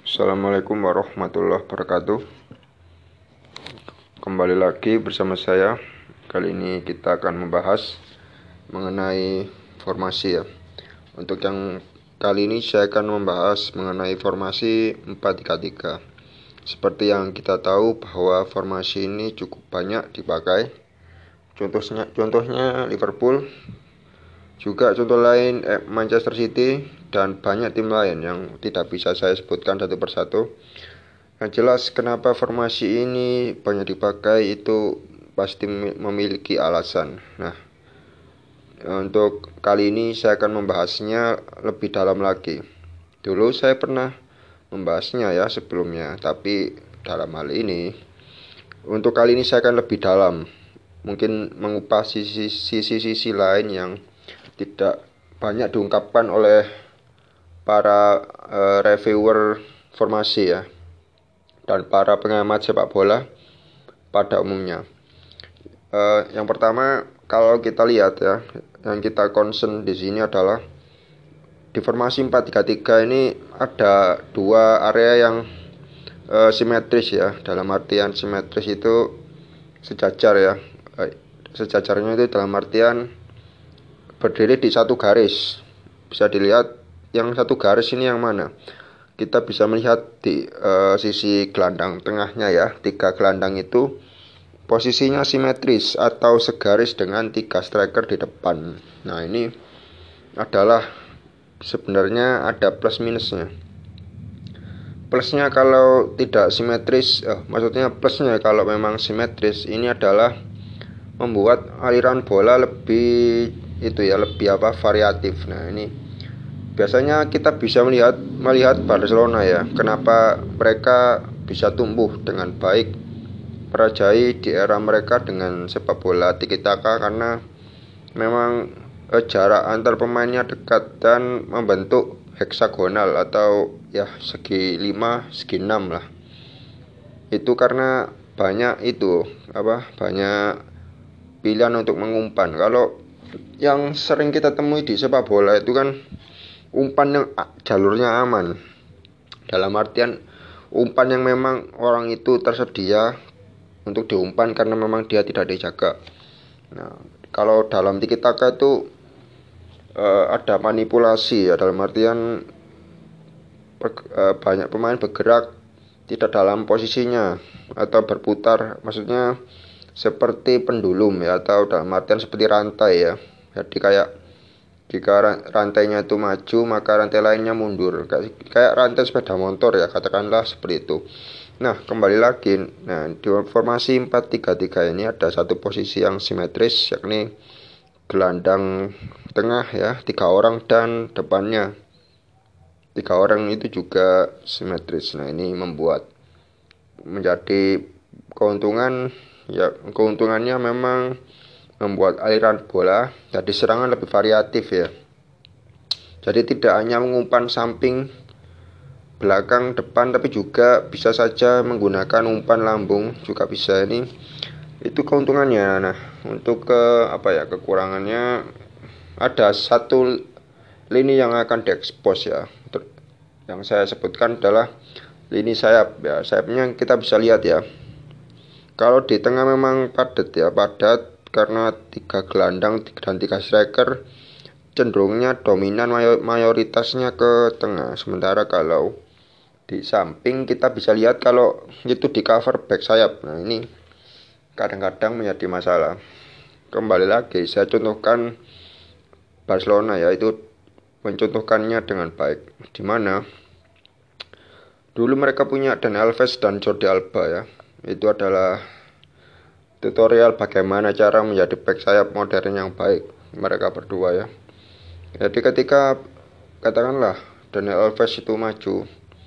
Assalamualaikum warahmatullahi wabarakatuh. Kembali lagi bersama saya. Kali ini kita akan membahas mengenai formasi ya. Untuk yang kali ini saya akan membahas mengenai formasi 4-3-3. Seperti yang kita tahu bahwa formasi ini cukup banyak dipakai. Contohnya Liverpool, juga contoh lain Manchester City, dan banyak tim lain yang tidak bisa saya sebutkan satu persatu. Yang jelas kenapa formasi ini banyak dipakai itu pasti memiliki alasan. Nah, untuk kali ini saya akan membahasnya lebih dalam lagi. Dulu saya pernah membahasnya ya sebelumnya, tapi dalam hal ini, untuk kali ini saya akan lebih dalam. Mungkin mengupas sisi-sisi lain yang tidak banyak diungkapkan oleh para reviewer formasi ya, dan para pengamat sepak bola pada umumnya. Yang pertama, kalau kita lihat ya, yang kita concern di sini adalah di formasi 4-3-3 ini ada dua area yang simetris ya. Dalam artian simetris itu sejajar ya. Sejajarnya itu dalam artian berdiri di satu garis. Bisa dilihat yang satu garis ini yang mana. Kita bisa melihat di sisi gelandang tengahnya ya. 3 gelandang itu posisinya simetris atau segaris dengan 3 striker di depan. Nah, ini adalah sebenarnya ada plus minusnya. Plusnya kalau tidak simetris, maksudnya plusnya kalau memang simetris ini adalah membuat aliran bola lebih variatif. Nah, ini biasanya kita bisa melihat Barcelona ya, kenapa mereka bisa tumbuh dengan baik, merajai di era mereka dengan sepak bola tiki-taka, karena memang jarak antar pemainnya dekat dan membentuk heksagonal atau ya segi 5, segi 6 lah. Itu karena banyak pilihan untuk mengumpan. Kalau yang sering kita temui di sepak bola itu kan umpan yang jalurnya aman. Dalam artian umpan yang memang orang itu tersedia untuk diumpan karena memang dia tidak dijaga. Nah, kalau dalam tiki-taka itu ada manipulasi ya, dalam artian banyak pemain bergerak tidak dalam posisinya atau berputar, maksudnya seperti pendulum ya, atau dalam artian seperti rantai ya. Jadi kayak jika rantainya itu maju, maka rantai lainnya mundur, kayak rantai sepeda motor ya, katakanlah seperti itu. Nah, kembali lagi, di formasi 4-3-3 ini ada satu posisi yang simetris, yakni gelandang tengah ya, 3 orang, dan depannya 3 orang itu juga simetris. Nah, ini menjadi keuntungannya memang membuat aliran bola jadi serangan lebih variatif ya. Jadi tidak hanya mengumpan samping, belakang, depan, tapi juga bisa saja menggunakan umpan lambung juga bisa. Ini itu keuntungannya. Nah, untuk kekurangannya ada satu lini yang akan diekspos ya. Yang saya sebutkan adalah lini sayap ya. Sayapnya kita bisa lihat ya. Kalau di tengah memang padat karena 3 gelandang dan 3 striker, cenderungnya dominan mayoritasnya ke tengah. Sementara kalau di samping kita bisa lihat kalau itu di cover back sayap. Nah, ini kadang-kadang menjadi masalah. Kembali lagi saya contohkan Barcelona ya, itu mencontohkannya dengan baik, di mana dulu mereka punya Dani Alves dan Jordi Alba ya. Itu adalah tutorial bagaimana cara menjadi back sayap modern yang baik, mereka berdua ya. Jadi ketika katakanlah Dani Alves itu maju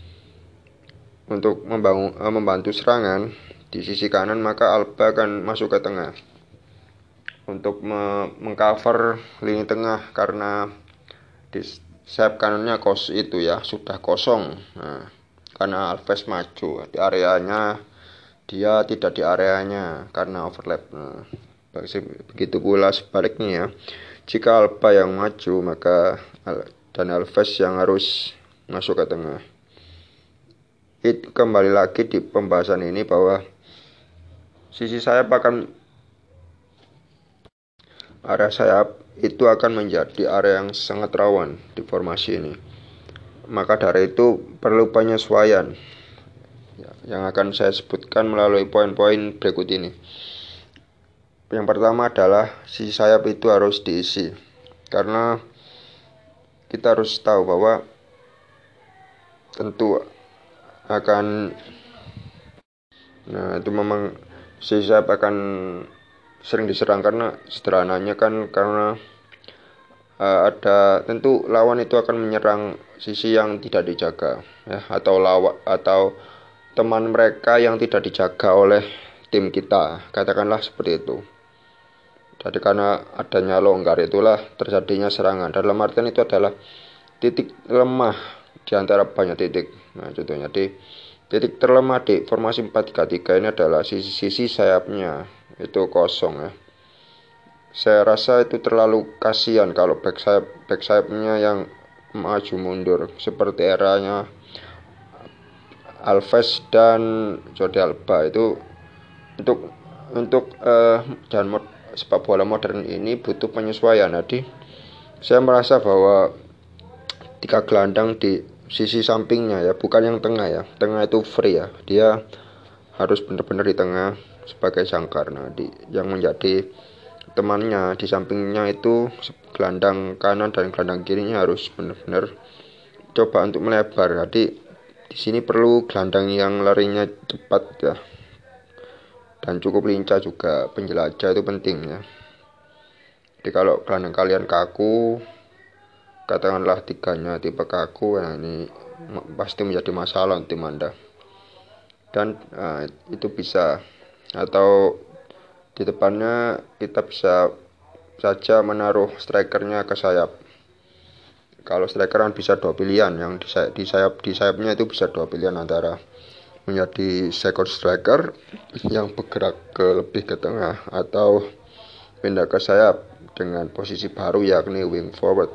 untuk membantu serangan di sisi kanan, maka Alba akan masuk ke tengah untuk mengcover lini tengah, karena di sayap kanannya sudah kosong. Nah, karena Alves maju di areanya, dia tidak di areanya karena overlap. Nah, begitu pula sebaliknya ya. Jika Alba yang maju, maka dan Alves yang harus masuk ke tengah. kembali lagi di pembahasan ini bahwa sisi sayap area sayap itu akan menjadi area yang sangat rawan di formasi ini. Maka dari itu perlu penyesuaian yang akan saya sebutkan melalui poin-poin berikut ini. Yang pertama adalah sisi sayap itu harus diisi, karena kita harus tahu bahwa tentu akan itu memang sisi sayap akan sering diserang karena sederhananya kan karena ada tentu lawan itu akan menyerang sisi yang tidak dijaga ya, atau teman mereka yang tidak dijaga oleh tim kita, katakanlah seperti itu. Jadi karena adanya longgar itulah terjadinya serangan. Dalam artian itu adalah titik lemah di antara banyak titik. Nah, contohnya di titik terlemah di formasi 4-3-3 ini adalah sisi sayapnya itu kosong ya. Saya rasa itu terlalu kasihan kalau back sayapnya yang maju mundur seperti eranya Alves dan Jordi Alba. Itu untuk sepak bola modern ini butuh penyesuaian. Jadi saya merasa bahwa 3 gelandang di sisi sampingnya ya, bukan yang tengah ya. Tengah itu free ya. Dia harus benar-benar di tengah sebagai jangkar. Nah, yang menjadi temannya di sampingnya itu gelandang kanan dan gelandang kirinya harus benar-benar coba untuk melebar. Jadi di sini perlu gelandang yang larinya cepat ya, dan cukup lincah juga, penjelajah itu penting ya. Jadi kalau gelandang kalian kaku, katakanlah tiganya tipe kaku, nah ini pasti menjadi masalah untuk tim Anda. Dan itu bisa, atau di depannya kita bisa saja menaruh strikernya ke sayap. Kalau striker kan bisa 2 pilihan, yang di sayapnya itu bisa 2 pilihan, antara menjadi second striker yang bergerak lebih ke tengah atau pindah ke sayap dengan posisi baru yakni wing forward.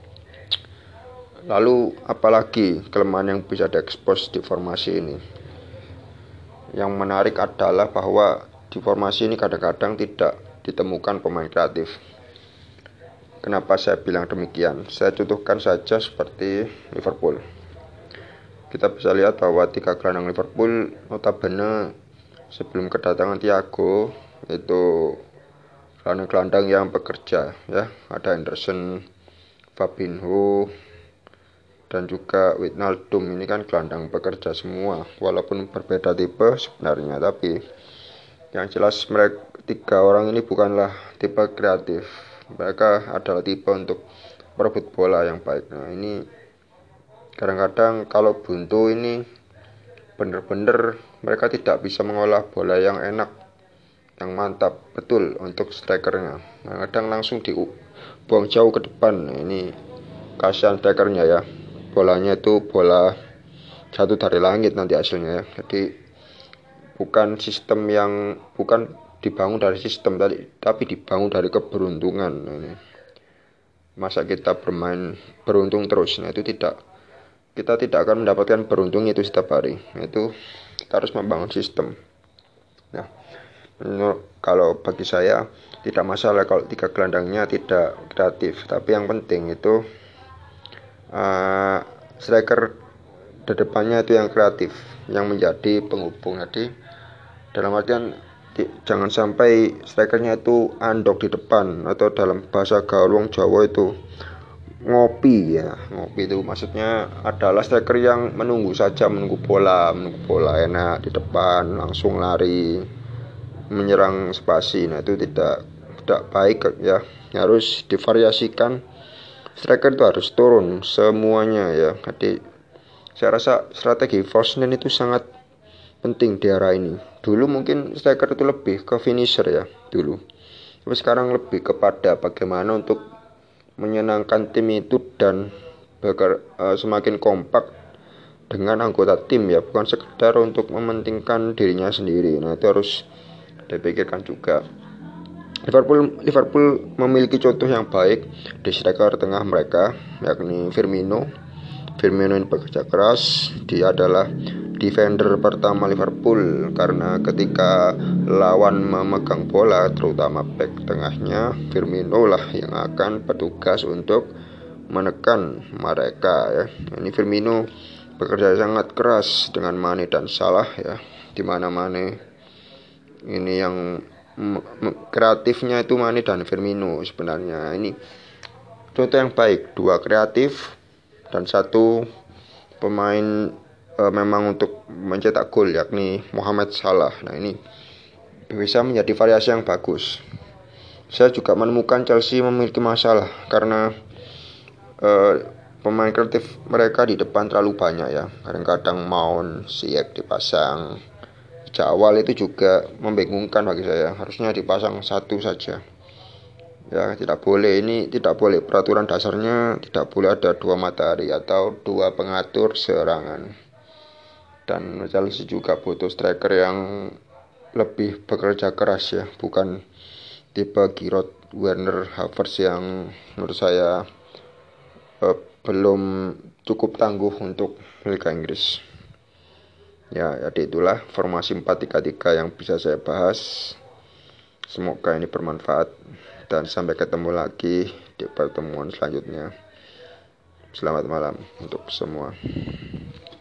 Lalu apalagi kelemahan yang bisa diekspos di formasi ini? Yang menarik adalah bahwa di formasi ini kadang-kadang tidak ditemukan pemain kreatif. Kenapa saya bilang demikian? Saya contohkan saja seperti Liverpool. Kita bisa lihat bahwa 3 gelandang Liverpool notabene sebelum kedatangan Thiago itu gelandang yang bekerja ya. Ada Henderson, Fabinho, dan juga Wijnaldum. Ini kan gelandang bekerja semua, walaupun berbeda tipe sebenarnya, tapi yang jelas mereka 3 orang ini bukanlah tipe kreatif. Mereka adalah tipe untuk merebut bola yang baik. Nah, ini kadang-kadang kalau buntu ini benar-benar mereka tidak bisa mengolah bola yang enak, yang mantap betul untuk strikernya. Nah, kadang langsung dibuang jauh ke depan. Nah, ini kasihan strikernya ya. Bolanya itu bola jatuh dari langit nanti hasilnya ya. Jadi bukan dibangun dari sistem tadi, tapi dibangun dari keberuntungan. Nah, ini masa kita bermain beruntung terus? Nah, itu kita tidak akan mendapatkan beruntung itu setiap hari. Itu kita harus membangun sistem. Nah, kalau bagi saya tidak masalah kalau 3 gelandangnya tidak kreatif, tapi yang penting itu striker depannya itu yang kreatif, yang menjadi penghubung. Jadi dalam artian jangan sampai strikernya itu andok di depan, atau dalam bahasa gaul wong Jawa itu ngopi ya. Ngopi itu maksudnya adalah striker yang menunggu bola enak di depan langsung lari menyerang spasi. Nah, itu tidak baik ya. Harus divariasikan, striker itu harus turun semuanya ya. Jadi saya rasa strategi false nine itu sangat penting di era ini. Dulu mungkin striker itu lebih ke finisher ya dulu, tapi sekarang lebih kepada bagaimana untuk menyenangkan tim itu dan semakin kompak dengan anggota tim ya, bukan sekedar untuk mementingkan dirinya sendiri. Nah, itu harus dipikirkan juga. Liverpool memiliki contoh yang baik di striker tengah mereka yakni Firmino ini bekerja keras. Dia adalah defender pertama Liverpool, karena ketika lawan memegang bola, terutama back tengahnya, Firmino lah yang akan petugas untuk menekan mereka ya. Ini Firmino bekerja sangat keras dengan Mane dan Salah ya, dimana Mane ini yang kreatifnya itu Mane dan Firmino sebenarnya. Ini contoh yang baik, dua kreatif dan satu pemain memang untuk mencetak gol, yakni Mohamed Salah. Nah, ini bisa menjadi variasi yang bagus. Saya juga menemukan Chelsea memiliki masalah karena pemain kreatif mereka di depan terlalu banyak ya. Kadang-kadang Mount, Ziyech dipasang. Sejak awal itu juga membingungkan bagi saya. Harusnya dipasang satu saja. Ya, tidak boleh, ini tidak boleh, peraturan dasarnya tidak boleh ada dua matahari atau dua pengatur serangan. Dan Chelsea juga butuh striker yang lebih bekerja keras ya, bukan tipe Giroud, Werner, Havertz yang menurut saya belum cukup tangguh untuk Liga Inggris. Ya, jadi itulah formasi 4-3-3 yang bisa saya bahas. Semoga ini bermanfaat dan sampai ketemu lagi di pertemuan selanjutnya. Selamat malam untuk semua.